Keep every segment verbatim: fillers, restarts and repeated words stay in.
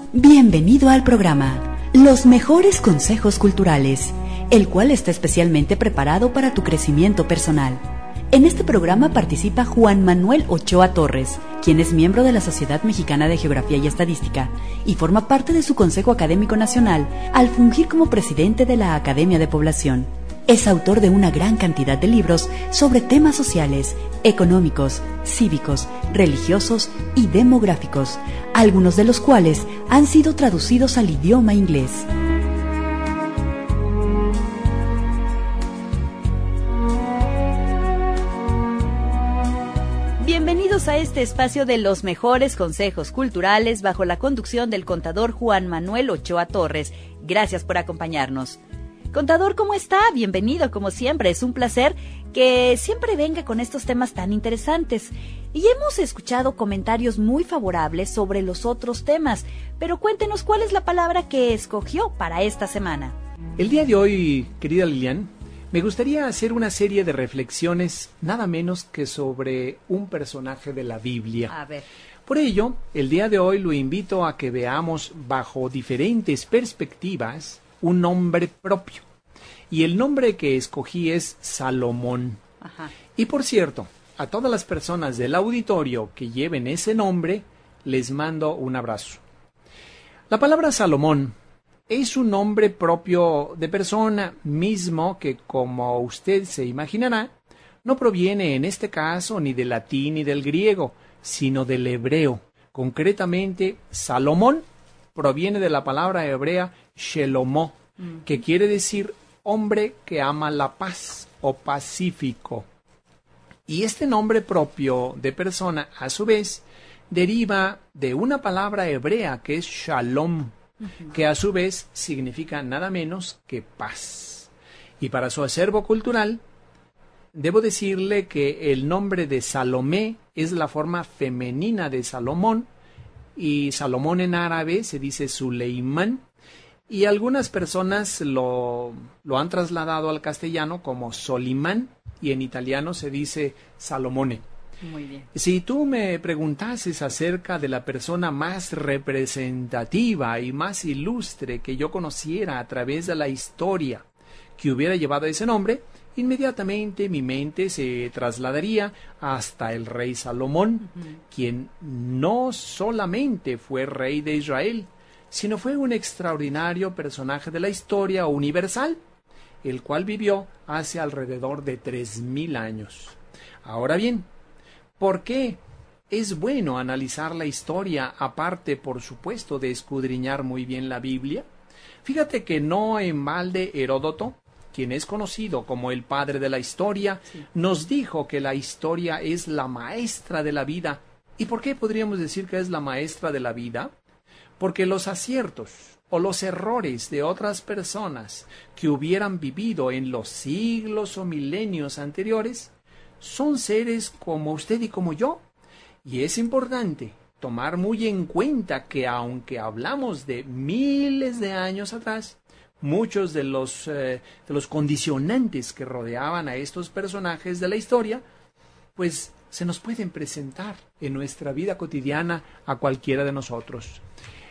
Bienvenido al programa Los Mejores Consejos Culturales, el cual está especialmente preparado para tu crecimiento personal. En este programa participa Juan Manuel Ochoa Torres, quien es miembro de la Sociedad Mexicana de Geografía y Estadística y forma parte de su Consejo Académico Nacional al fungir como presidente de la Academia de Población. Es autor de una gran cantidad de libros sobre temas sociales, económicos, cívicos, religiosos y demográficos, algunos de los cuales han sido traducidos al idioma inglés. Bienvenidos a este espacio de los mejores consejos culturales bajo la conducción del contador Juan Manuel Ochoa Torres. Gracias por acompañarnos. Contador, ¿cómo está? Bienvenido, como siempre. Es un placer que siempre venga con estos temas tan interesantes. Y hemos escuchado comentarios muy favorables sobre los otros temas, pero cuéntenos cuál es la palabra que escogió para esta semana. El día de hoy, querida Lilian, me gustaría hacer una serie de reflexiones nada menos que sobre un personaje de la Biblia. A ver. Por ello, el día de hoy lo invito a que veamos bajo diferentes perspectivas un nombre propio. Y el nombre que escogí es Salomón. Ajá. Y por cierto, a todas las personas del auditorio que lleven ese nombre, les mando un abrazo. La palabra Salomón es un nombre propio de persona mismo que, como usted se imaginará, no proviene en este caso ni del latín ni del griego, sino del hebreo. Concretamente, Salomón proviene de la palabra hebrea Shelomó, mm. que quiere decir hombre que ama la paz o pacífico. Y este nombre propio de persona, a su vez, deriva de una palabra hebrea que es Shalom, uh-huh. que a su vez significa nada menos que paz. Y para su acervo cultural, debo decirle que el nombre de Salomé es la forma femenina de Salomón, y Salomón en árabe se dice Suleimán, y algunas personas lo, lo han trasladado al castellano como Solimán, y en italiano se dice Salomone. Muy bien. Si tú me preguntases acerca de la persona más representativa y más ilustre que yo conociera a través de la historia que hubiera llevado ese nombre, inmediatamente mi mente se trasladaría hasta el rey Salomón, uh-huh. quien no solamente fue rey de Israel, sino fue un extraordinario personaje de la historia universal, el cual vivió hace alrededor de tres mil años. Ahora bien, ¿por qué es bueno analizar la historia, aparte, por supuesto, de escudriñar muy bien la Biblia? Fíjate que no en balde Heródoto, quien es conocido como el padre de la historia, sí. nos dijo que la historia es la maestra de la vida. ¿Y por qué podríamos decir que es la maestra de la vida? Porque los aciertos o los errores de otras personas que hubieran vivido en los siglos o milenios anteriores son seres como usted y como yo. Y es importante tomar muy en cuenta que aunque hablamos de miles de años atrás, muchos de los, eh, de los condicionantes que rodeaban a estos personajes de la historia, pues se nos pueden presentar en nuestra vida cotidiana a cualquiera de nosotros.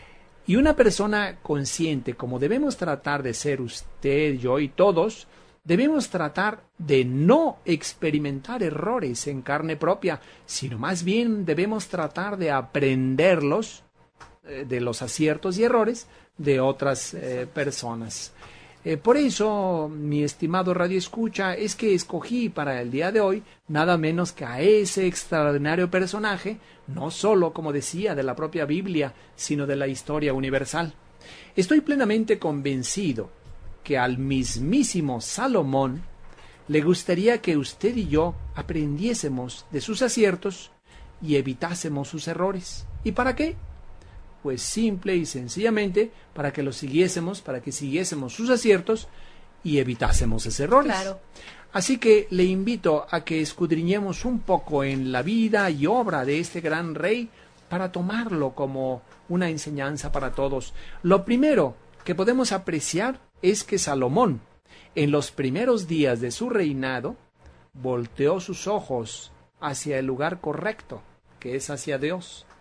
Y una persona consciente, como debemos tratar de ser usted, yo y todos, debemos tratar de no experimentar errores en carne propia, sino más bien debemos tratar de aprenderlos, eh, de los aciertos y errores de otras eh, personas. Eh, por eso, mi estimado radioescucha, es que escogí para el día de hoy nada menos que a ese extraordinario personaje, no solo, como decía, de la propia Biblia, sino de la historia universal. Estoy plenamente convencido que al mismísimo Salomón le gustaría que usted y yo aprendiésemos de sus aciertos y evitásemos sus errores. ¿Y para qué? Pues simple y sencillamente para que los siguiésemos, para que siguiésemos sus aciertos y evitásemos esos errores. Claro. Así que le invito a que escudriñemos un poco en la vida y obra de este gran rey para tomarlo como una enseñanza para todos. Lo primero que podemos apreciar es que Salomón, en los primeros días de su reinado, volteó sus ojos hacia el lugar correcto, que es hacia Dios.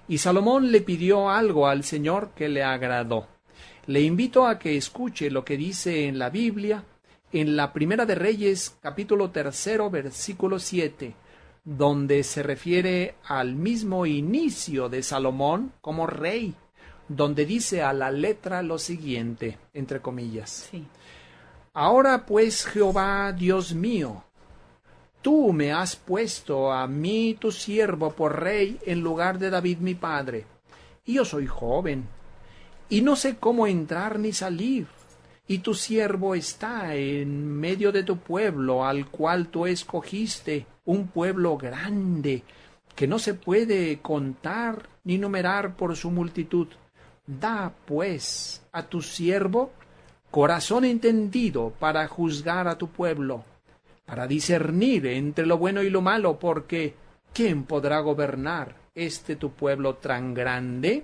Y Salomón le pidió algo al Señor que le agradó. Le invito a que escuche lo que dice en la Biblia, en la Primera de Reyes, capítulo tercero, versículo siete, donde se refiere al mismo inicio de Salomón como rey, donde dice a la letra lo siguiente, entre comillas. Sí. Ahora pues, Jehová, Dios mío, tú me has puesto a mí, tu siervo, por rey en lugar de David mi padre, y yo soy joven, y no sé cómo entrar ni salir, y tu siervo está en medio de tu pueblo, al cual tú escogiste, un pueblo grande, que no se puede contar ni numerar por su multitud. Da, pues, a tu siervo corazón entendido para juzgar a tu pueblo, para discernir entre lo bueno y lo malo, porque ¿quién podrá gobernar este tu pueblo tan grande?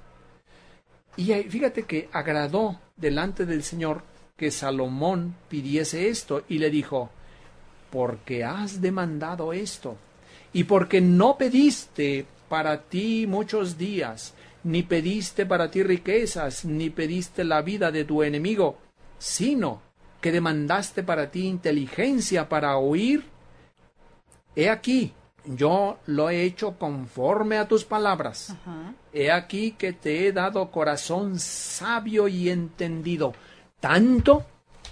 Y fíjate que agradó delante del Señor que Salomón pidiese esto, y le dijo, porque has demandado esto, y porque no pediste para ti muchos días, ni pediste para ti riquezas, ni pediste la vida de tu enemigo, sino que demandaste para ti inteligencia para oír, he aquí, yo lo he hecho conforme a tus palabras. Ajá. He aquí que te he dado corazón sabio y entendido, tanto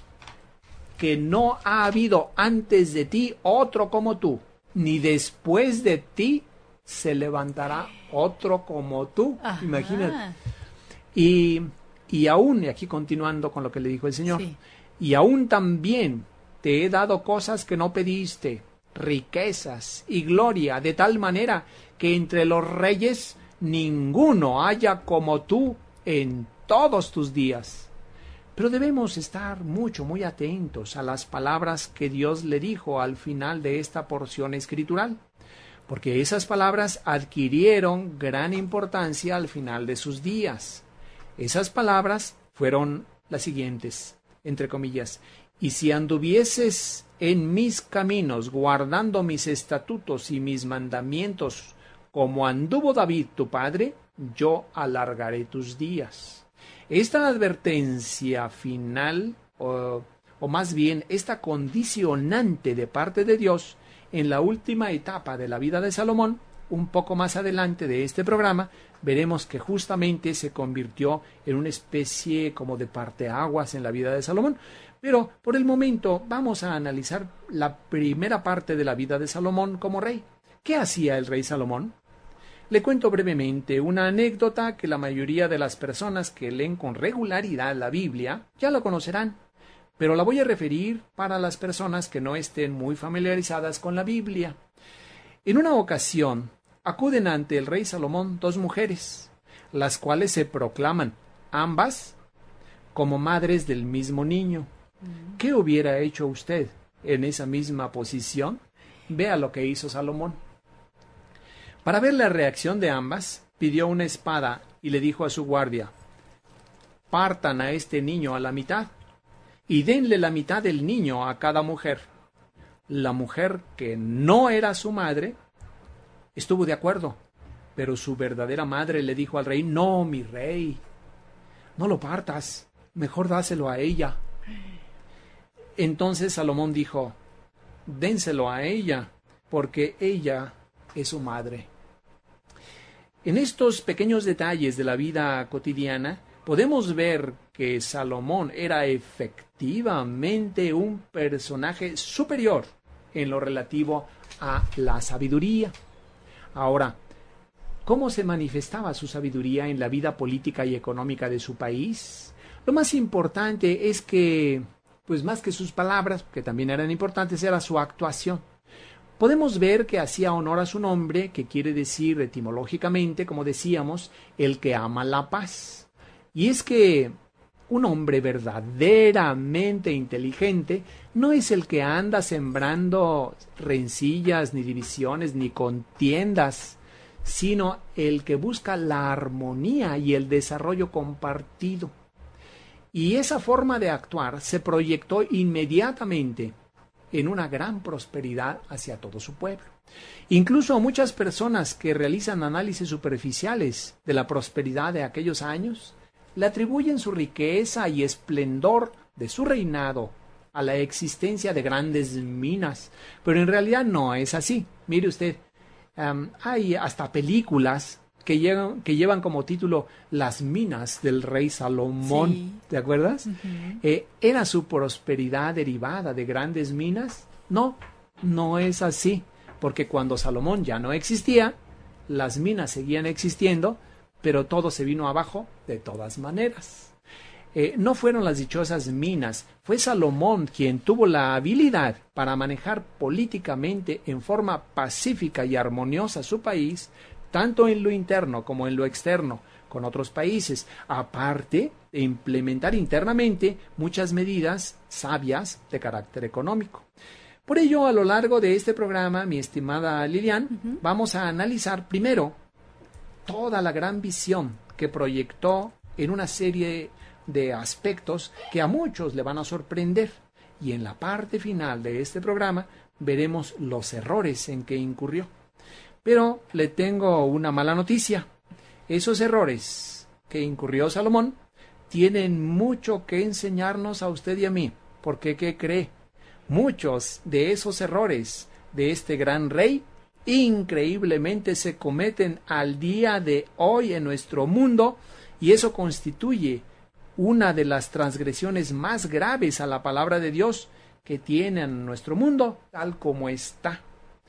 que no ha habido antes de ti otro como tú, ni después de ti se levantará otro como tú. Ajá. Imagínate. Y, y aún, y aquí continuando con lo que le dijo el Señor, Sí. y aún también te he dado cosas que no pediste, riquezas y gloria, de tal manera que entre los reyes ninguno haya como tú en todos tus días. Pero debemos estar mucho, muy atentos a las palabras que Dios le dijo al final de esta porción escritural, porque esas palabras adquirieron gran importancia al final de sus días. Esas palabras fueron las siguientes, entre comillas, y si anduvieses en mis caminos, guardando mis estatutos y mis mandamientos, como anduvo David tu padre, yo alargaré tus días. Esta advertencia final, o, o más bien esta condicionante de parte de Dios, en la última etapa de la vida de Salomón, un poco más adelante de este programa, veremos que justamente se convirtió en una especie como de parteaguas en la vida de Salomón. Pero por el momento vamos a analizar la primera parte de la vida de Salomón como rey. ¿Qué hacía el rey Salomón? Le cuento brevemente una anécdota que la mayoría de las personas que leen con regularidad la Biblia ya la conocerán, pero la voy a referir para las personas que no estén muy familiarizadas con la Biblia. En una ocasión acuden ante el rey Salomón dos mujeres, las cuales se proclaman, ambas, como madres del mismo niño. ¿Qué hubiera hecho usted en esa misma posición? Vea lo que hizo Salomón. Para ver la reacción de ambas, pidió una espada y le dijo a su guardia, partan a este niño a la mitad y denle la mitad del niño a cada mujer. La mujer que no era su madre estuvo de acuerdo, pero su verdadera madre le dijo al rey, no, mi rey, no lo partas, mejor dáselo a ella. Entonces Salomón dijo, dénselo a ella, porque ella es su madre. En estos pequeños detalles de la vida cotidiana, podemos ver que Salomón era efectivamente un personaje superior en lo relativo a la sabiduría. Ahora, ¿cómo se manifestaba su sabiduría en la vida política y económica de su país? Lo más importante es que, pues más que sus palabras, que también eran importantes, era su actuación. Podemos ver que hacía honor a su nombre, que quiere decir etimológicamente, como decíamos, el que ama la paz. Y es que un hombre verdaderamente inteligente no es el que anda sembrando rencillas, ni divisiones, ni contiendas, sino el que busca la armonía y el desarrollo compartido. Y esa forma de actuar se proyectó inmediatamente en una gran prosperidad hacia todo su pueblo. Incluso muchas personas que realizan análisis superficiales de la prosperidad de aquellos años le atribuyen su riqueza y esplendor de su reinado a la existencia de grandes minas, pero en realidad no es así. Mire usted, um, hay hasta películas que llevan, que llevan como título Las minas del rey Salomón, sí. ¿Te acuerdas? Uh-huh. Eh, ¿Era su prosperidad derivada de grandes minas? No, no es así, porque cuando Salomón ya no existía, las minas seguían existiendo, pero todo se vino abajo de todas maneras. Eh, no fueron las dichosas minas, fue Salomón quien tuvo la habilidad para manejar políticamente en forma pacífica y armoniosa su país, tanto en lo interno como en lo externo, con otros países, aparte de implementar internamente muchas medidas sabias de carácter económico. Por ello, a lo largo de este programa, mi estimada Lilian, uh-huh. vamos a analizar primero toda la gran visión que proyectó en una serie de aspectos que a muchos le van a sorprender. Y en la parte final de este programa veremos los errores en que incurrió. Pero le tengo una mala noticia. Esos errores que incurrió Salomón tienen mucho que enseñarnos a usted y a mí. Porque, ¿qué cree? Muchos de esos errores de este gran rey increíblemente se cometen al día de hoy en nuestro mundo, y eso constituye una de las transgresiones más graves a la palabra de Dios que tiene en nuestro mundo, tal como está.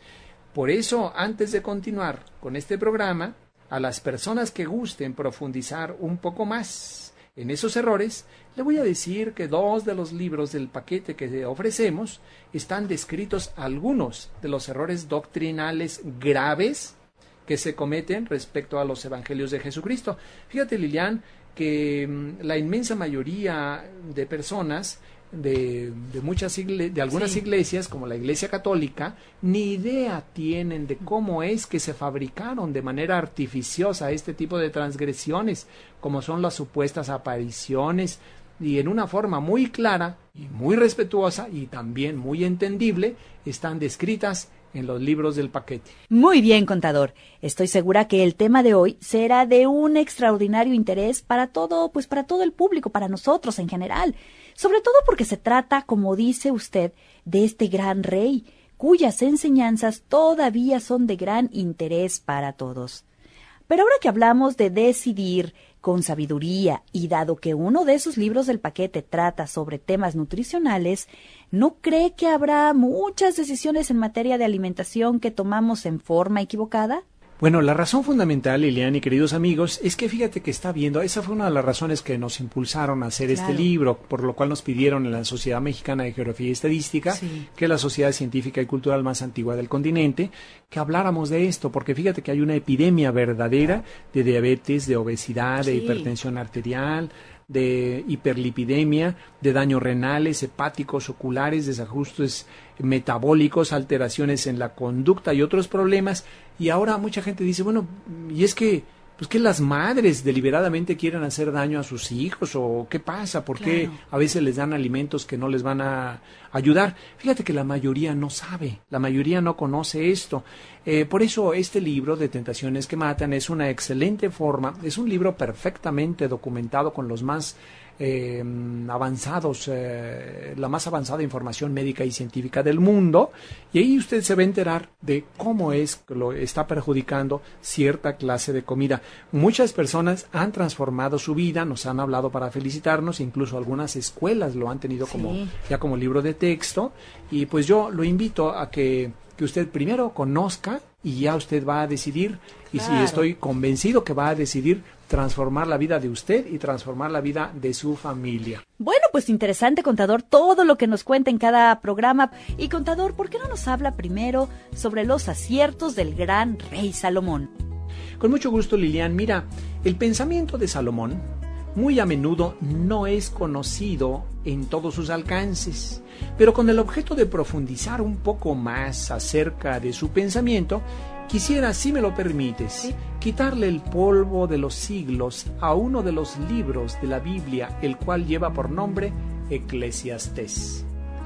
Por eso, antes de continuar con este programa, a las personas que gusten profundizar un poco más en esos errores, le voy a decir que dos de los libros del paquete que ofrecemos están descritos algunos de los errores doctrinales graves que se cometen respecto a los evangelios de Jesucristo. Fíjate, Lilian, que mmm, la inmensa mayoría de personas de, de muchas igle- de algunas sí. iglesias, como la Iglesia Católica, ni idea tienen de cómo es que se fabricaron de manera artificiosa este tipo de transgresiones, como son las supuestas apariciones, y en una forma muy clara y muy respetuosa y también muy entendible están descritas en los libros del paquete. Muy bien, contador. Estoy segura que el tema de hoy será de un extraordinario interés para todo, pues para todo el público, para nosotros en general. Sobre todo porque se trata, como dice usted, de este gran rey, cuyas enseñanzas todavía son de gran interés para todos. Pero ahora que hablamos de decidir con sabiduría, y dado que uno de esos libros del paquete trata sobre temas nutricionales, ¿no cree que habrá muchas decisiones en materia de alimentación que tomamos en forma equivocada? Bueno, la razón fundamental, Lilian y queridos amigos, es que fíjate que está viendo, esa fue una de las razones que nos impulsaron a hacer claro. este libro, por lo cual nos pidieron en la Sociedad Mexicana de Geografía y Estadística, sí. que es la sociedad científica y cultural más antigua del continente, que habláramos de esto, porque fíjate que hay una epidemia verdadera de diabetes, de obesidad, sí. de hipertensión arterial, de hiperlipidemia, de daños renales, hepáticos, oculares, desajustes metabólicos, alteraciones en la conducta y otros problemas. Y ahora mucha gente dice, bueno, y es que, pues que las madres deliberadamente quieren hacer daño a sus hijos, o qué pasa, por qué claro. a veces les dan alimentos que no les van a ayudar. Fíjate que la mayoría no sabe, la mayoría no conoce esto. Eh, por eso este libro de Tentaciones que Matan es una excelente forma, es un libro perfectamente documentado con los más eh, avanzados, eh, la más avanzada información médica y científica del mundo, y ahí usted se va a enterar de cómo es que lo está perjudicando cierta clase de comida. Muchas personas han transformado su vida, nos han hablado para felicitarnos, incluso algunas escuelas lo han tenido sí. como ya como libro de texto, y pues yo lo invito a que que usted primero conozca y ya usted va a decidir, claro. y si estoy convencido que va a decidir transformar la vida de usted y transformar la vida de su familia. Bueno, pues interesante, contador, todo lo que nos cuenta en cada programa. Y contador, ¿por qué no nos habla primero sobre los aciertos del gran rey Salomón? Con mucho gusto, Lilian. Mira, el pensamiento de Salomón muy a menudo no es conocido en todos sus alcances, pero con el objeto de profundizar un poco más acerca de su pensamiento, quisiera, si me lo permites, ¿sí? quitarle el polvo de los siglos a uno de los libros de la Biblia, el cual lleva por nombre Eclesiastés.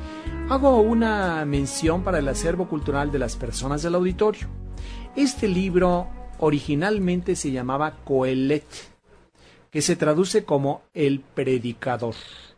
Hago una mención para el acervo cultural de las personas del auditorio. Este libro originalmente se llamaba Coelet, que se traduce como el predicador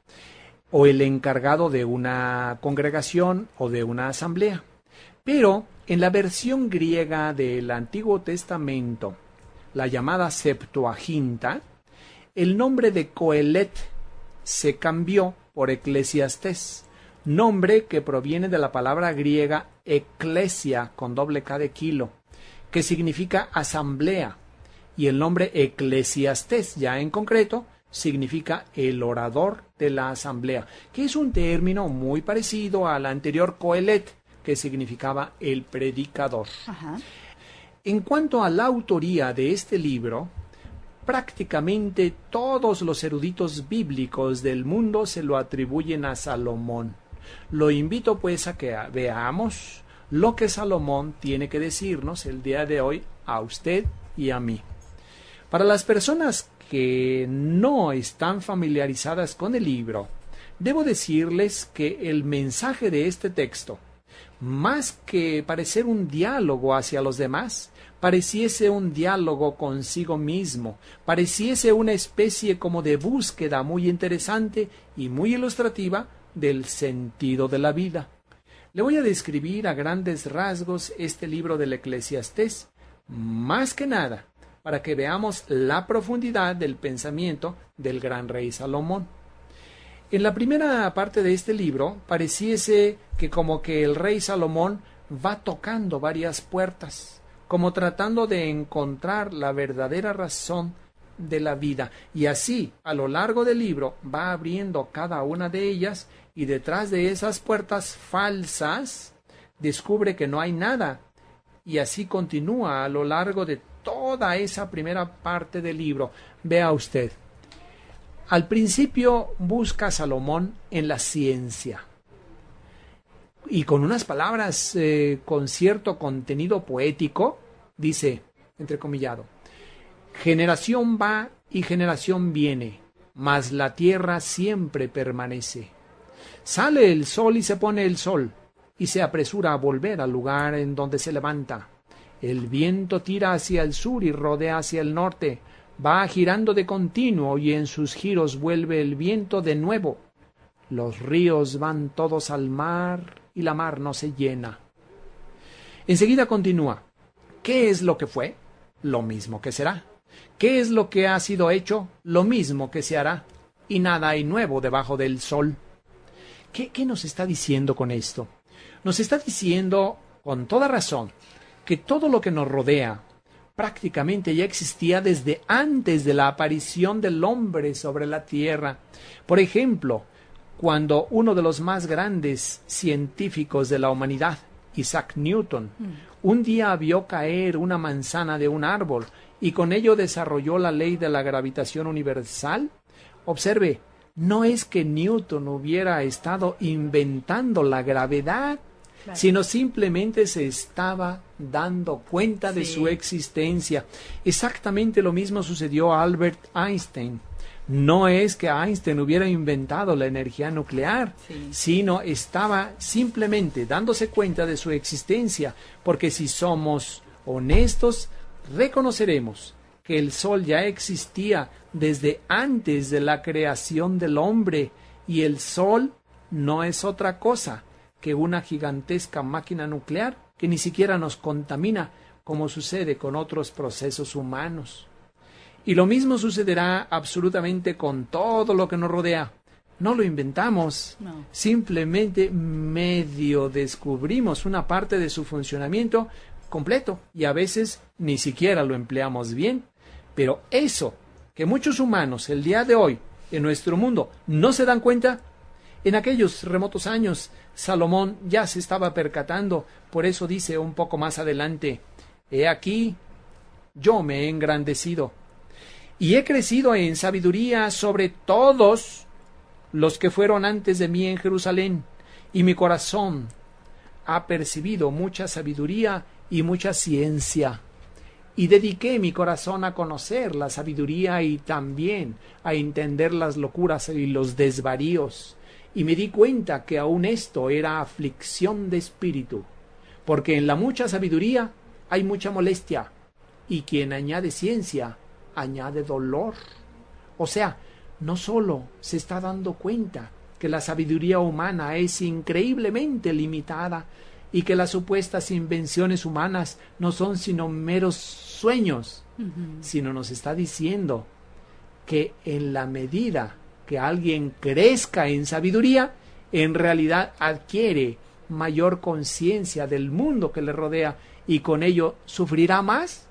o el encargado de una congregación o de una asamblea. Pero en la versión griega del Antiguo Testamento, la llamada Septuaginta, el nombre de Coelet se cambió por Eclesiastés, nombre que proviene de la palabra griega eclesia con doble K de kilo, que significa asamblea, y el nombre Eclesiastés, ya en concreto, significa el orador de la asamblea, que es un término muy parecido al anterior Coelet, que significaba el predicador. Ajá. En cuanto a la autoría de este libro, prácticamente todos los eruditos bíblicos del mundo se lo atribuyen a Salomón. Lo invito pues a que veamos lo que Salomón tiene que decirnos el día de hoy a usted y a mí. Para las personas que no están familiarizadas con el libro, debo decirles que el mensaje de este texto, más que parecer un diálogo hacia los demás, pareciese un diálogo consigo mismo, pareciese una especie como de búsqueda muy interesante y muy ilustrativa del sentido de la vida. Le voy a describir a grandes rasgos este libro del Eclesiastés, más que nada, para que veamos la profundidad del pensamiento del gran rey Salomón. En la primera parte de este libro pareciese que como que el rey Salomón va tocando varias puertas, como tratando de encontrar la verdadera razón de la vida, y así a lo largo del libro va abriendo cada una de ellas, y detrás de esas puertas falsas descubre que no hay nada, y así continúa a lo largo de toda esa primera parte del libro. Vea usted, al principio busca Salomón en la ciencia, y con unas palabras eh, con cierto contenido poético, dice, entrecomillado, generación va y generación viene, mas la tierra siempre permanece. Sale el sol y se pone el sol, y se apresura a volver al lugar en donde se levanta. El viento tira hacia el sur y rodea hacia el norte, va girando de continuo y en sus giros vuelve el viento de nuevo. Los ríos van todos al mar y la mar no se llena. Enseguida continúa. ¿Qué es lo que fue? Lo mismo que será. ¿Qué es lo que ha sido hecho? Lo mismo que se hará. Y nada hay nuevo debajo del sol. ¿Qué, qué nos está diciendo con esto? Nos está diciendo, con toda razón, que todo lo que nos rodea prácticamente ya existía desde antes de la aparición del hombre sobre la tierra. Por ejemplo, cuando uno de los más grandes científicos de la humanidad, Isaac Newton, mm. un día vio caer una manzana de un árbol y con ello desarrolló la ley de la gravitación universal. Observe, no es que Newton hubiera estado inventando la gravedad, claro, sino simplemente se estaba dando cuenta sí. de su existencia. Exactamente lo mismo sucedió a Albert Einstein. No es que Einstein hubiera inventado la energía nuclear, sí. sino estaba simplemente dándose cuenta de su existencia, porque si somos honestos, reconoceremos que el Sol ya existía desde antes de la creación del hombre, y el Sol no es otra cosa que una gigantesca máquina nuclear que ni siquiera nos contamina, como sucede con otros procesos humanos. Y lo mismo sucederá absolutamente con todo lo que nos rodea. No lo inventamos, no. Simplemente medio descubrimos una parte de su funcionamiento completo y a veces ni siquiera lo empleamos bien. Pero eso que muchos humanos el día de hoy en nuestro mundo no se dan cuenta, en aquellos remotos años Salomón ya se estaba percatando. Por eso dice un poco más adelante: he aquí, yo me he engrandecido y he crecido en sabiduría sobre todos los que fueron antes de mí en Jerusalén, y mi corazón ha percibido mucha sabiduría y mucha ciencia. Y dediqué mi corazón a conocer la sabiduría y también a entender las locuras y los desvaríos. y me di cuenta que aún esto era aflicción de espíritu, porque en la mucha sabiduría hay mucha molestia, y quien añade ciencia, añade dolor. O sea, no solo se está dando cuenta que la sabiduría humana es increíblemente limitada y que las supuestas invenciones humanas no son sino meros sueños, uh-huh. sino nos está diciendo que en la medida que alguien crezca en sabiduría, en realidad adquiere mayor conciencia del mundo que le rodea y con ello sufrirá más.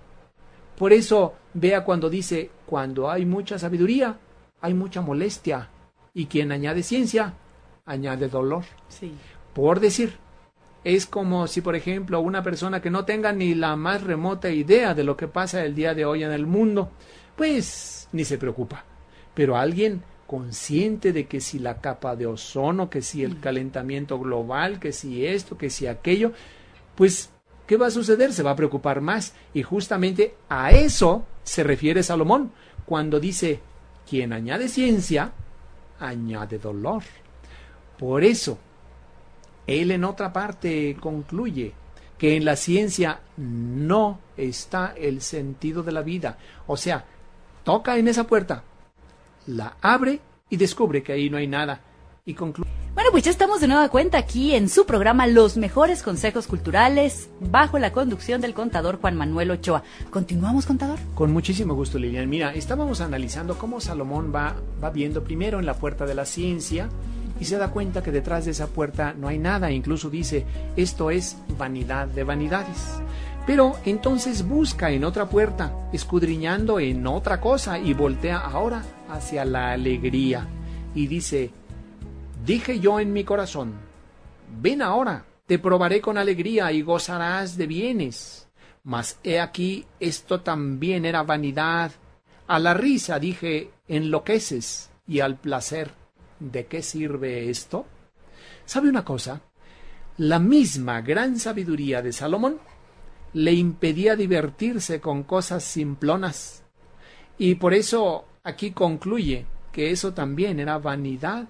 Por eso vea cuando dice, cuando hay mucha sabiduría, hay mucha molestia, y quien añade ciencia, añade dolor. Sí. Por decir, es como si, por ejemplo, una persona que no tenga ni la más remota idea de lo que pasa el día de hoy en el mundo, pues ni se preocupa. Pero alguien consciente de que si la capa de ozono, que si el calentamiento global, que si esto, que si aquello, pues, ¿qué va a suceder? Se va a preocupar más. Y justamente a eso se refiere Salomón cuando dice, quien añade ciencia, añade dolor. Por eso, él en otra parte concluye que en la ciencia no está el sentido de la vida. O sea, toca en esa puerta, la abre y descubre que ahí no hay nada. Y concluye. Bueno, pues ya estamos de nueva cuenta aquí en su programa Los Mejores Consejos Culturales, bajo la conducción del contador Juan Manuel Ochoa. ¿Continuamos, contador? Con muchísimo gusto, Lilian. Mira, estábamos analizando cómo Salomón va, va viendo primero en la puerta de la ciencia y se da cuenta que detrás de esa puerta no hay nada. Incluso dice, esto es vanidad de vanidades. Pero entonces busca en otra puerta, escudriñando en otra cosa, y voltea ahora hacia la alegría. Y dice, dije yo en mi corazón, ven ahora, te probaré con alegría y gozarás de bienes. Mas he aquí, esto también era vanidad. A la risa dije, enloqueces, y al placer, ¿de qué sirve esto? ¿Sabe una cosa? La misma gran sabiduría de Salomón le impedía divertirse con cosas simplonas. Y por eso aquí concluye que eso también era vanidad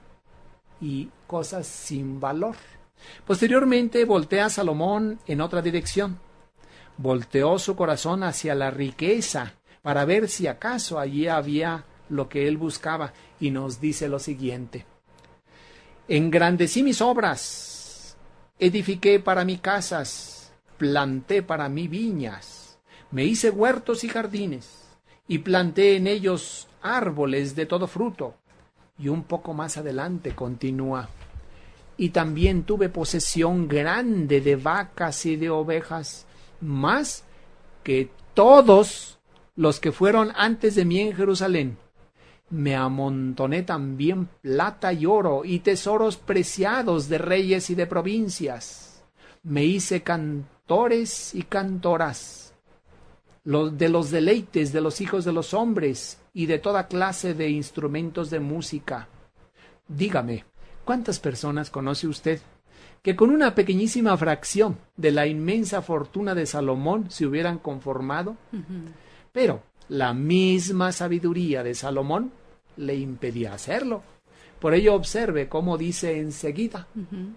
y cosas sin valor. Posteriormente voltea Salomón en otra dirección. Volteó su corazón hacia la riqueza para ver si acaso allí había lo que él buscaba, y nos dice lo siguiente: engrandecí mis obras, edifiqué para mí casas, planté para mí viñas, me hice huertos y jardines, y planté en ellos árboles de todo fruto. Y un poco más adelante continúa, y también tuve posesión grande de vacas y de ovejas, más que todos los que fueron antes de mí en Jerusalén. Me amontoné también plata y oro y tesoros preciados de reyes y de provincias. Me hice cantores y cantoras, los de los deleites de los hijos de los hombres y de toda clase de instrumentos de música. Dígame, ¿cuántas personas conoce usted que con una pequeñísima fracción de la inmensa fortuna de Salomón se hubieran conformado? Uh-huh. Pero la misma sabiduría de Salomón le impedía hacerlo. Por ello observe cómo dice enseguida, uh-huh.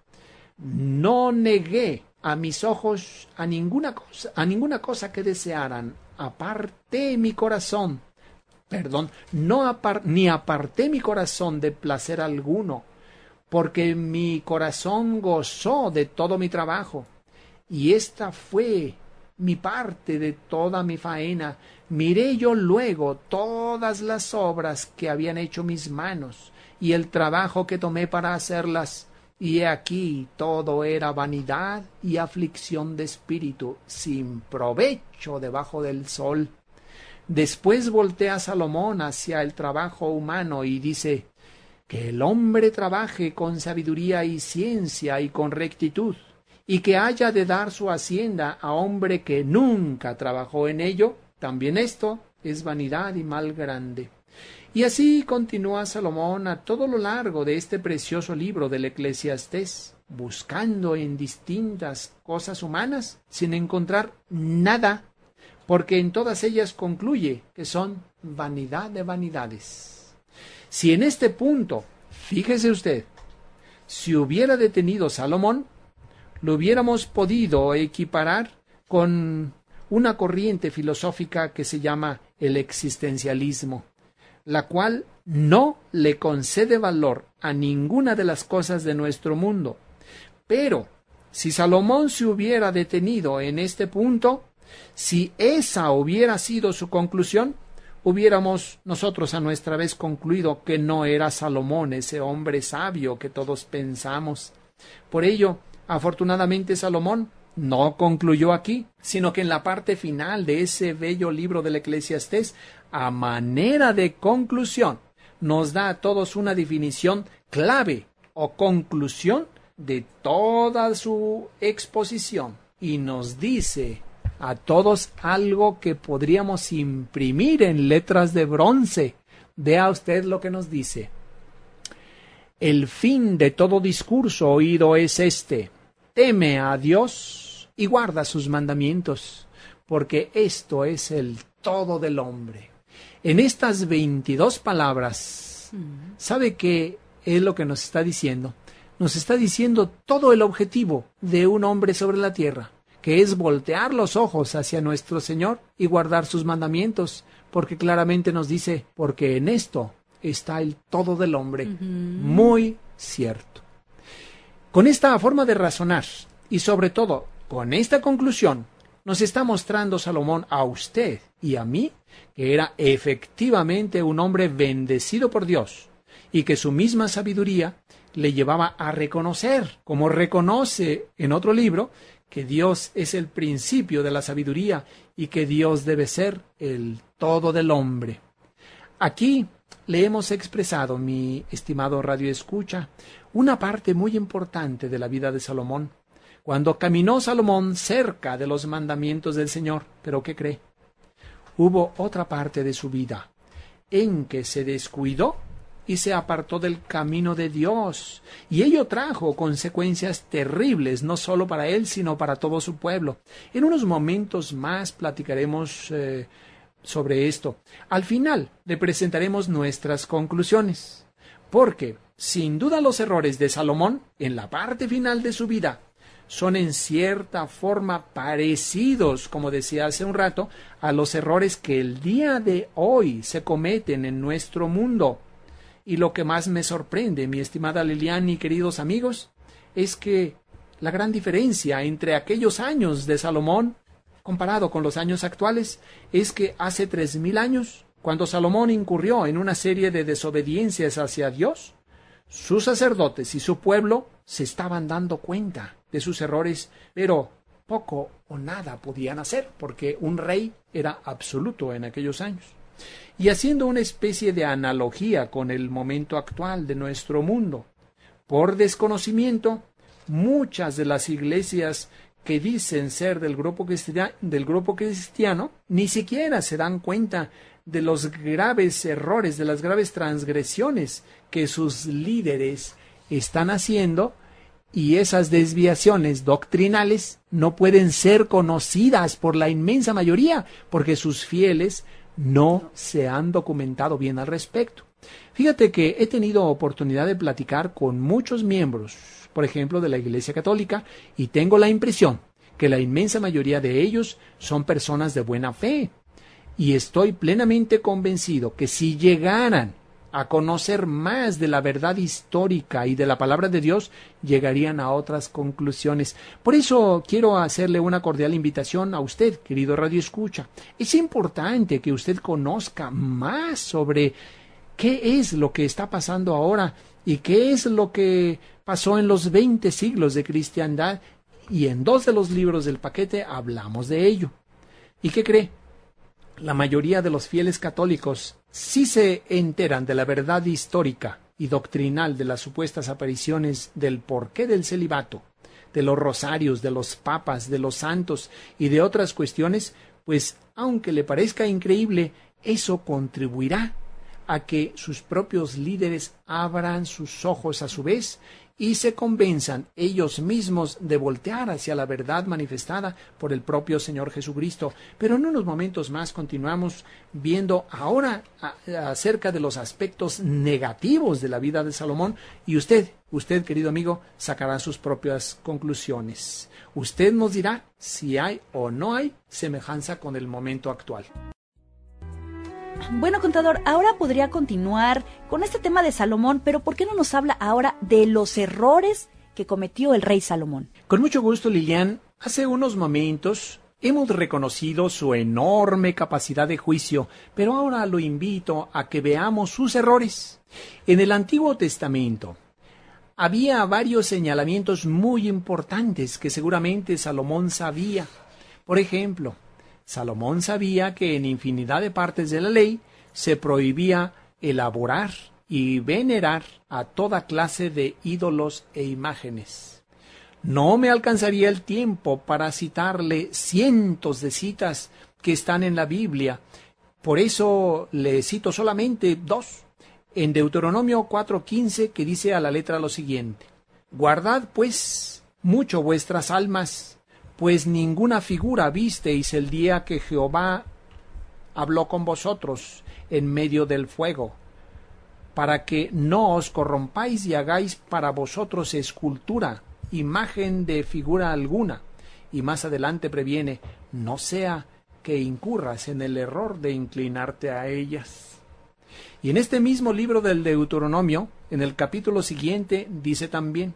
no negué a mis ojos a ninguna cosa, a ninguna cosa que desearan, aparté mi corazón, perdón, no apar, ni aparté mi corazón de placer alguno, porque mi corazón gozó de todo mi trabajo, y esta fue mi parte de toda mi faena. Miré yo luego todas las obras que habían hecho mis manos, y el trabajo que tomé para hacerlas, y he aquí todo era vanidad y aflicción de espíritu, sin provecho debajo del sol. Después voltea Salomón hacia el trabajo humano y dice, que el hombre trabaje con sabiduría y ciencia y con rectitud, y que haya de dar su hacienda a hombre que nunca trabajó en ello, también esto es vanidad y mal grande. Y así continúa Salomón a todo lo largo de este precioso libro del Eclesiastés, buscando en distintas cosas humanas sin encontrar nada, porque en todas ellas concluye que son vanidad de vanidades. Si en este punto Fíjese usted, si hubiera detenido Salomón, lo hubiéramos podido equiparar con una corriente filosófica que se llama el existencialismo, la cual no le concede valor a ninguna de las cosas de nuestro mundo. Pero si Salomón se hubiera detenido en este punto, si esa hubiera sido su conclusión, hubiéramos nosotros a nuestra vez concluido que no era Salomón ese hombre sabio que todos pensamos. Por ello, afortunadamente Salomón no concluyó aquí, sino que en la parte final de ese bello libro del Eclesiastés, a manera de conclusión, nos da a todos una definición clave o conclusión de toda su exposición y nos dice a todos algo que podríamos imprimir en letras de bronce. Vea usted lo que nos dice. El fin de todo discurso oído es este: teme a Dios y guarda sus mandamientos, porque esto es el todo del hombre. En estas veintidós palabras, ¿sabe qué es lo que nos está diciendo? Nos está diciendo todo el objetivo de un hombre sobre la tierra, que es voltear los ojos hacia nuestro Señor y guardar sus mandamientos, porque claramente nos dice, porque en esto está el todo del hombre. Uh-huh. Muy cierto. Con esta forma de razonar, y sobre todo con esta conclusión, nos está mostrando Salomón a usted y a mí que era efectivamente un hombre bendecido por Dios, y que su misma sabiduría le llevaba a reconocer, como reconoce en otro libro, que Dios es el principio de la sabiduría y que Dios debe ser el todo del hombre. Aquí le hemos expresado, mi estimado radioescucha, una parte muy importante de la vida de Salomón, cuando caminó Salomón cerca de los mandamientos del Señor. ¿Pero qué cree? Hubo otra parte de su vida en que se descuidó y se apartó del camino de Dios, y ello trajo consecuencias terribles, no solo para él, sino para todo su pueblo. En unos momentos más platicaremos eh, sobre esto. Al final le presentaremos nuestras conclusiones, porque, sin duda, los errores de Salomón, en la parte final de su vida, son en cierta forma parecidos, como decía hace un rato, a los errores que el día de hoy se cometen en nuestro mundo. Y lo que más me sorprende, mi estimada Lilian y queridos amigos, es que la gran diferencia entre aquellos años de Salomón comparado con los años actuales es que hace tres mil años, cuando Salomón incurrió en una serie de desobediencias hacia Dios, sus sacerdotes y su pueblo se estaban dando cuenta de sus errores, pero poco o nada podían hacer, porque un rey era absoluto en aquellos años. Y haciendo una especie de analogía con el momento actual de nuestro mundo, por desconocimiento, muchas de las iglesias que dicen ser del grupo cristiano, del grupo cristiano ni siquiera se dan cuenta de los graves errores, de las graves transgresiones que sus líderes están haciendo, y esas desviaciones doctrinales no pueden ser conocidas por la inmensa mayoría, porque sus fieles no se han documentado bien al respecto. Fíjate que he tenido oportunidad de platicar con muchos miembros, por ejemplo, de la Iglesia Católica, y tengo la impresión que la inmensa mayoría de ellos son personas de buena fe. Y estoy plenamente convencido que si llegaran a conocer más de la verdad histórica y de la palabra de Dios, llegarían a otras conclusiones. Por eso quiero hacerle una cordial invitación a usted, querido Radio Escucha. Es importante que usted conozca más sobre qué es lo que está pasando ahora y qué es lo que pasó en los veinte siglos de cristiandad, y en dos de los libros del paquete hablamos de ello. ¿Y qué cree? La mayoría de los fieles católicos sí se enteran de la verdad histórica y doctrinal de las supuestas apariciones del porqué del celibato, de los rosarios, de los papas, de los santos y de otras cuestiones, pues aunque le parezca increíble, eso contribuirá a que sus propios líderes abran sus ojos a su vez y se convenzan ellos mismos de voltear hacia la verdad manifestada por el propio Señor Jesucristo. Pero en unos momentos más continuamos viendo ahora a, a, acerca de los aspectos negativos de la vida de Salomón, y usted, usted querido amigo, sacará sus propias conclusiones. Usted nos dirá si hay o no hay semejanza con el momento actual. Bueno, contador, ahora podría continuar con este tema de Salomón, pero ¿por qué no nos habla ahora de los errores que cometió el rey Salomón? Con mucho gusto, Lilian. Hace unos momentos hemos reconocido su enorme capacidad de juicio, pero ahora lo invito a que veamos sus errores. En el Antiguo Testamento había varios señalamientos muy importantes que seguramente Salomón sabía. Por ejemplo, Salomón sabía que en infinidad de partes de la ley se prohibía elaborar y venerar a toda clase de ídolos e imágenes. No me alcanzaría el tiempo para citarle cientos de citas que están en la Biblia, por eso le cito solamente dos. En Deuteronomio cuatro quince, que dice a la letra lo siguiente: guardad pues mucho vuestras almas, pues ninguna figura visteis el día que Jehová habló con vosotros en medio del fuego, para que no os corrompáis y hagáis para vosotros escultura, imagen de figura alguna. Y más adelante previene: no sea que incurras en el error de inclinarte a ellas. Y en este mismo libro del Deuteronomio, en el capítulo siguiente, dice también: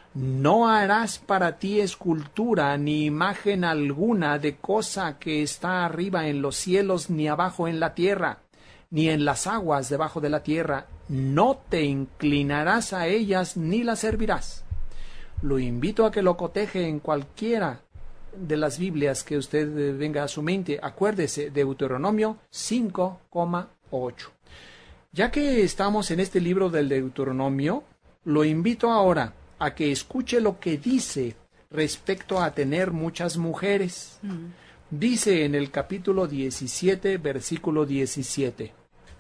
no harás para ti escultura ni imagen alguna de cosa que está arriba en los cielos, ni abajo en la tierra, ni en las aguas debajo de la tierra. No te inclinarás a ellas ni las servirás. Lo invito a que lo coteje en cualquiera de las Biblias que usted venga a su mente. Acuérdese, Deuteronomio cinco ocho. Ya que estamos en este libro del Deuteronomio, lo invito ahora a que escuche lo que dice respecto a tener muchas mujeres. Mm. Dice en el capítulo diecisiete, versículo diecisiete: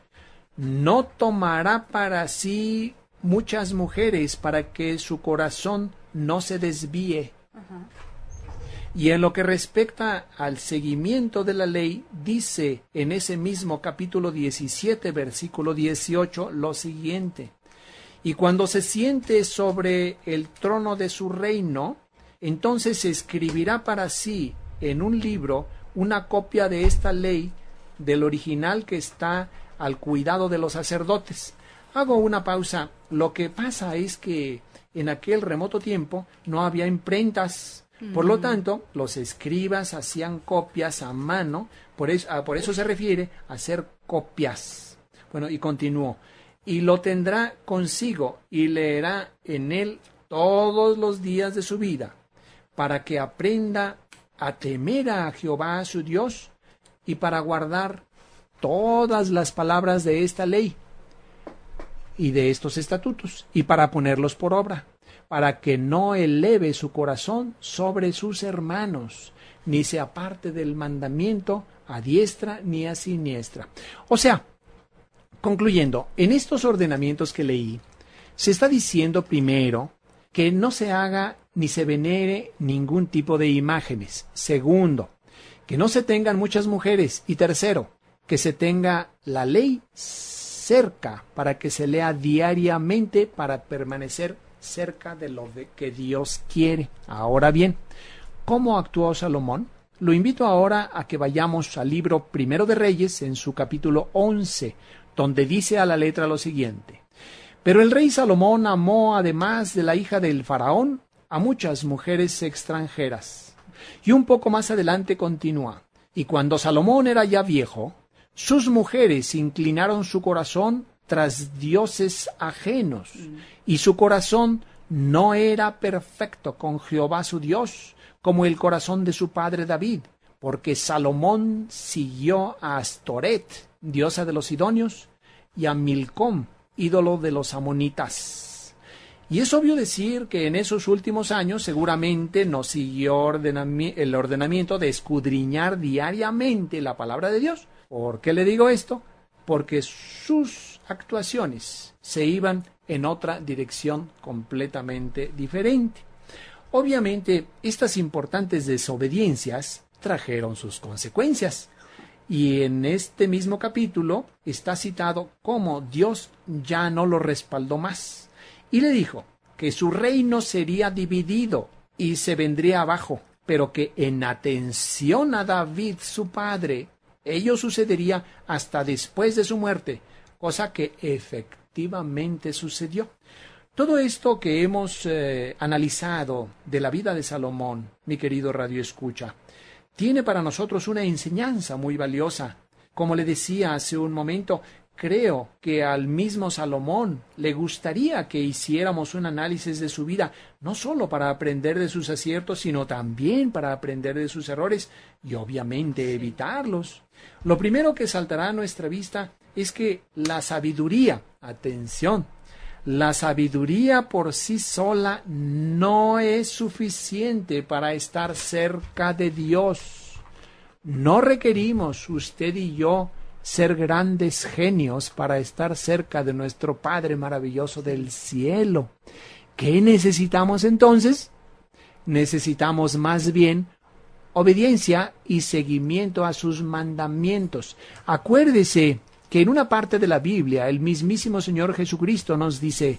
no tomará para sí muchas mujeres para que su corazón no se desvíe. Uh-huh. Y en lo que respecta al seguimiento de la ley, dice en ese mismo capítulo diecisiete, versículo dieciocho, lo siguiente: y cuando se siente sobre el trono de su reino, entonces escribirá para sí en un libro una copia de esta ley del original que está al cuidado de los sacerdotes. Hago una pausa. Lo que pasa es que en aquel remoto tiempo no había imprentas. Mm. Por lo tanto, los escribas hacían copias a mano. Por eso, por eso se refiere a hacer copias. Bueno, y continuó: y lo tendrá consigo y leerá en él todos los días de su vida, para que aprenda a temer a Jehová su Dios y para guardar todas las palabras de esta ley y de estos estatutos, y para ponerlos por obra, para que no eleve su corazón sobre sus hermanos, ni se aparte del mandamiento a diestra ni a siniestra. O sea, concluyendo, en estos ordenamientos que leí, se está diciendo primero que no se haga ni se venere ningún tipo de imágenes. Segundo, que no se tengan muchas mujeres. Y tercero, que se tenga la ley cerca para que se lea diariamente para permanecer cerca de lo de que Dios quiere. Ahora bien, ¿cómo actuó Salomón? Lo invito ahora a que vayamos al libro Primero de Reyes en su capítulo once, donde dice a la letra lo siguiente: pero el rey Salomón amó, además de la hija del faraón, a muchas mujeres extranjeras. Y un poco más adelante continúa: y cuando Salomón era ya viejo, sus mujeres inclinaron su corazón tras dioses ajenos, y su corazón no era perfecto con Jehová su Dios, como el corazón de su padre David, porque Salomón siguió a Astoret, diosa de los sidonios, y a Milcom, ídolo de los amonitas. Y es obvio decir que en esos últimos años seguramente no siguió ordenami- el ordenamiento de escudriñar diariamente la palabra de Dios. ¿Por qué le digo esto? Porque sus actuaciones se iban en otra dirección completamente diferente. Obviamente, estas importantes desobediencias trajeron sus consecuencias. Y en este mismo capítulo está citado cómo Dios ya no lo respaldó más. Y le dijo que su reino sería dividido y se vendría abajo, pero que en atención a David, su padre, ello sucedería hasta después de su muerte, cosa que efectivamente sucedió. Todo esto que hemos eh, analizado de la vida de Salomón, mi querido Radio Escucha, tiene para nosotros una enseñanza muy valiosa. Como le decía hace un momento, creo que al mismo Salomón le gustaría que hiciéramos un análisis de su vida, no solo para aprender de sus aciertos, sino también para aprender de sus errores y obviamente evitarlos. Lo primero que saltará a nuestra vista es que la sabiduría, atención, la sabiduría por sí sola no es suficiente para estar cerca de Dios. No requerimos, usted y yo, ser grandes genios para estar cerca de nuestro Padre maravilloso del cielo. ¿Qué necesitamos entonces? Necesitamos más bien obediencia y seguimiento a sus mandamientos. Acuérdese que en una parte de la Biblia el mismísimo Señor Jesucristo nos dice: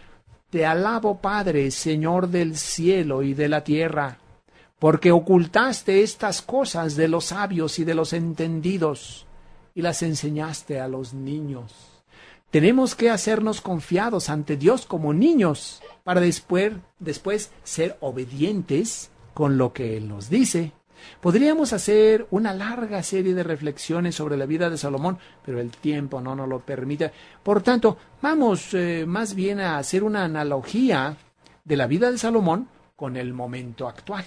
Te alabo, Padre, Señor del cielo y de la tierra, porque ocultaste estas cosas de los sabios y de los entendidos, y las enseñaste a los niños. Tenemos que hacernos confiados ante Dios como niños, para después, después ser obedientes con lo que Él nos dice. Podríamos hacer una larga serie de reflexiones sobre la vida de Salomón, pero el tiempo no nos lo permite. Por tanto, vamos eh, más bien a hacer una analogía de la vida de Salomón con el momento actual.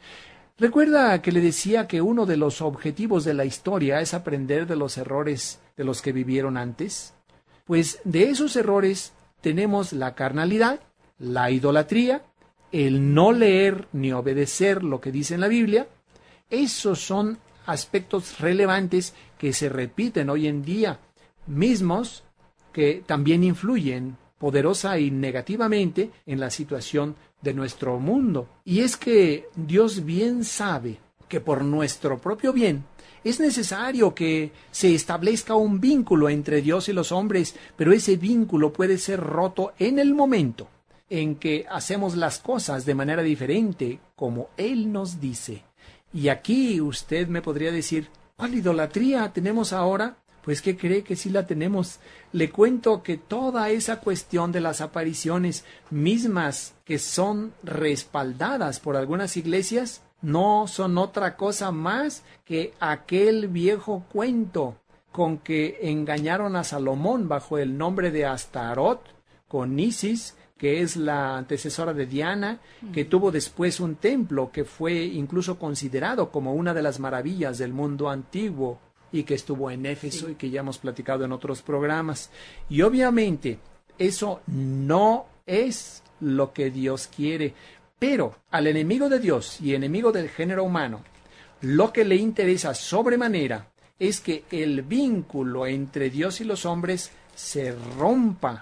Recuerda que le decía que uno de los objetivos de la historia es aprender de los errores de los que vivieron antes. Pues de esos errores tenemos la carnalidad, la idolatría, el no leer ni obedecer lo que dice en la Biblia. Esos son aspectos relevantes que se repiten hoy en día, mismos que también influyen poderosa y negativamente en la situación de nuestro mundo. Y es que Dios bien sabe que por nuestro propio bien es necesario que se establezca un vínculo entre Dios y los hombres, pero ese vínculo puede ser roto en el momento en que hacemos las cosas de manera diferente, como Él nos dice. Y aquí usted me podría decir, ¿cuál idolatría tenemos ahora? Pues ¿qué cree que sí la tenemos? Le cuento que toda esa cuestión de las apariciones mismas que son respaldadas por algunas iglesias no son otra cosa más que aquel viejo cuento con que engañaron a Salomón bajo el nombre de Astarot, con Isis, que es la antecesora de Diana, que tuvo después un templo que fue incluso considerado como una de las maravillas del mundo antiguo y que estuvo en Éfeso, sí, y que ya hemos platicado en otros programas. Y obviamente eso no es lo que Dios quiere, pero al enemigo de Dios y enemigo del género humano, lo que le interesa sobremanera es que el vínculo entre Dios y los hombres se rompa.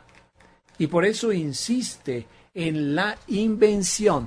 Y por eso insiste en la invención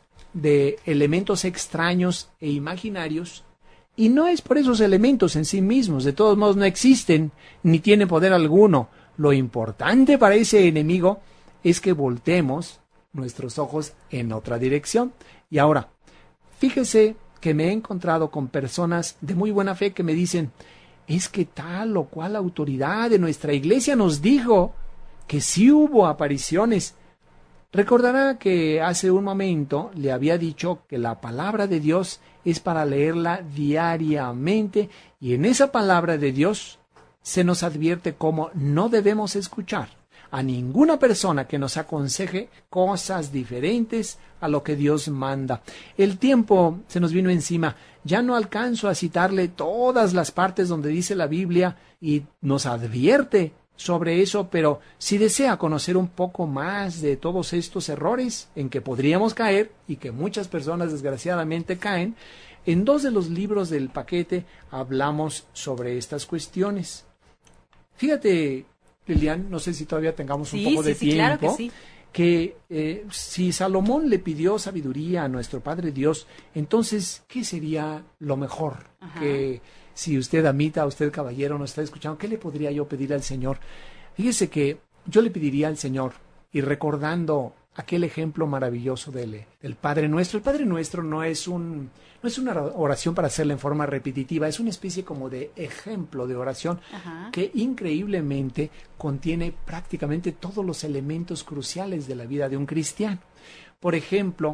de elementos extraños e imaginarios, y no es por esos elementos en sí mismos, de todos modos no existen, ni tienen poder alguno. Lo importante para ese enemigo es que voltemos nuestros ojos en otra dirección. Y ahora, fíjese que me he encontrado con personas de muy buena fe que me dicen, es que tal o cual autoridad de nuestra iglesia nos dijo que sí hubo apariciones. Recordará que hace un momento le había dicho que la palabra de Dios es para leerla diariamente, y en esa palabra de Dios se nos advierte cómo no debemos escuchar a ninguna persona que nos aconseje cosas diferentes a lo que Dios manda. El tiempo se nos vino encima. Ya no alcanzo a citarle todas las partes donde dice la Biblia y nos advierte sobre eso, pero si desea conocer un poco más de todos estos errores en que podríamos caer y que muchas personas desgraciadamente caen, en dos de los libros del paquete hablamos sobre estas cuestiones. Fíjate Lilian, no sé si todavía tengamos un sí, poco sí, de sí, tiempo, claro que, sí. que eh, si Salomón le pidió sabiduría a nuestro Padre Dios, entonces, ¿qué sería lo mejor? Ajá. Que si usted, amita, usted, caballero, nos está escuchando, ¿qué le podría yo pedir al Señor? Fíjese que yo le pediría al Señor, y recordando aquel ejemplo maravilloso del, del Padre Nuestro. El Padre Nuestro no es un no es una oración para hacerla en forma repetitiva, es una especie como de ejemplo de oración. Ajá. Que increíblemente contiene prácticamente todos los elementos cruciales de la vida de un cristiano. Por ejemplo,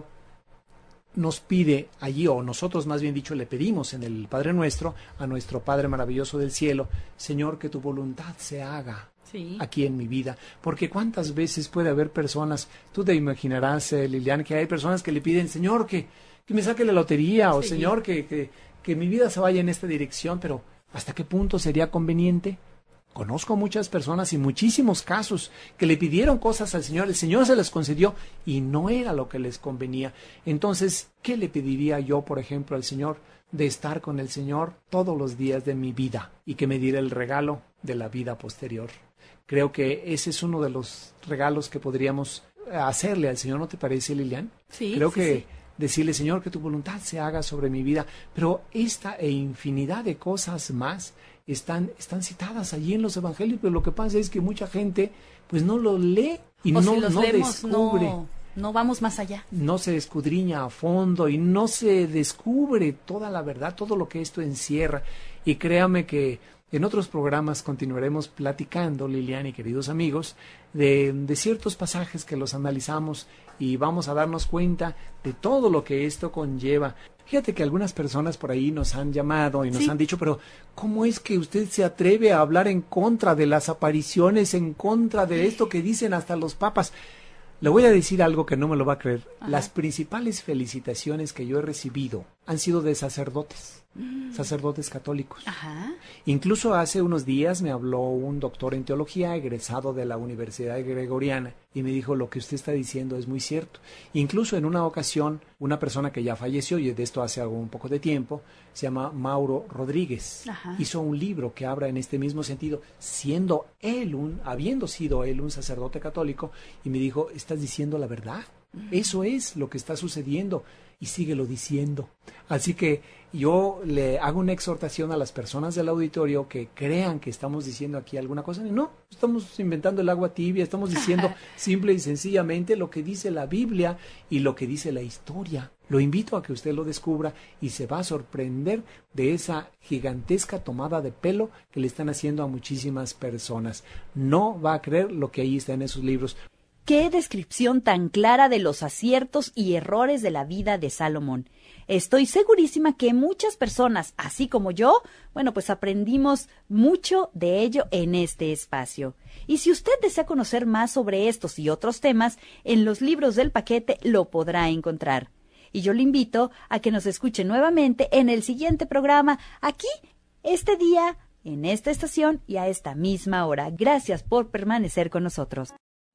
nos pide allí, o nosotros más bien dicho le pedimos en el Padre Nuestro a nuestro Padre maravilloso del cielo: Señor, que tu voluntad se haga sí. aquí en mi vida. Porque cuántas veces puede haber personas, tú te imaginarás, eh, Lilian, que hay personas que le piden: Señor, que, que me saque la lotería, sí. o Señor, que, que, que mi vida se vaya en esta dirección, pero ¿hasta qué punto sería conveniente? Conozco muchas personas y muchísimos casos que le pidieron cosas al Señor, el Señor se las concedió y no era lo que les convenía. Entonces, ¿qué le pediría yo, por ejemplo, al Señor? De estar con el Señor todos los días de mi vida y que me diera el regalo de la vida posterior. Creo que ese es uno de los regalos que podríamos hacerle al Señor, ¿no te parece, Lilian? Sí. Creo sí, que sí. decirle: Señor, que tu voluntad se haga sobre mi vida, pero esta e infinidad de cosas más están, están citadas allí en los evangelios, pero lo que pasa es que mucha gente pues no lo lee y o no, si los no leemos, descubre. No, no vamos más allá. No se escudriña a fondo y no se descubre toda la verdad, todo lo que esto encierra. Y créame que en otros programas continuaremos platicando, Lilian y queridos amigos, de, de ciertos pasajes que los analizamos y vamos a darnos cuenta de todo lo que esto conlleva. Fíjate que algunas personas por ahí nos han llamado y nos sí. han dicho: pero ¿cómo es que usted se atreve a hablar en contra de las apariciones, en contra de esto que dicen hasta los papas? Le voy a decir algo que no me lo va a creer. Ajá. Las principales felicitaciones que yo he recibido han sido de sacerdotes, mm. sacerdotes católicos. Ajá. Incluso hace unos días me habló un doctor en teología egresado de la Universidad Gregoriana y me dijo: lo que usted está diciendo es muy cierto. Incluso en una ocasión, una persona que ya falleció, y de esto hace algo un poco de tiempo, se llama Mauro Rodríguez. Ajá. Hizo un libro que habla en este mismo sentido, siendo él un, habiendo sido él un sacerdote católico, y me dijo: estás diciendo la verdad, eso es lo que está sucediendo, y síguelo diciendo. Así que yo le hago una exhortación a las personas del auditorio que crean que estamos diciendo aquí alguna cosa. No, estamos inventando el agua tibia, estamos diciendo simple y sencillamente lo que dice la Biblia y lo que dice la historia. Lo invito a que usted lo descubra y se va a sorprender de esa gigantesca tomada de pelo que le están haciendo a muchísimas personas. No va a creer lo que ahí está en esos libros. ¡Qué descripción tan clara de los aciertos y errores de la vida de Salomón! Estoy segurísima que muchas personas, así como yo, bueno, pues aprendimos mucho de ello en este espacio. Y si usted desea conocer más sobre estos y otros temas, en los libros del paquete lo podrá encontrar. Y yo le invito a que nos escuche nuevamente en el siguiente programa, aquí, este día, en esta estación y a esta misma hora. Gracias por permanecer con nosotros.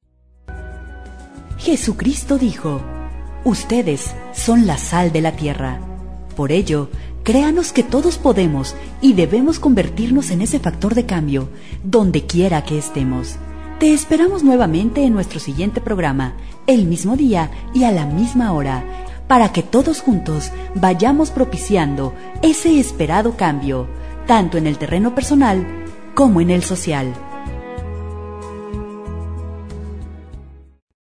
Jesucristo dijo: ustedes son la sal de la tierra. Por ello, créanos que todos podemos y debemos convertirnos en ese factor de cambio, donde quiera que estemos. Te esperamos nuevamente en nuestro siguiente programa, el mismo día y a la misma hora, para que todos juntos vayamos propiciando ese esperado cambio, tanto en el terreno personal como en el social.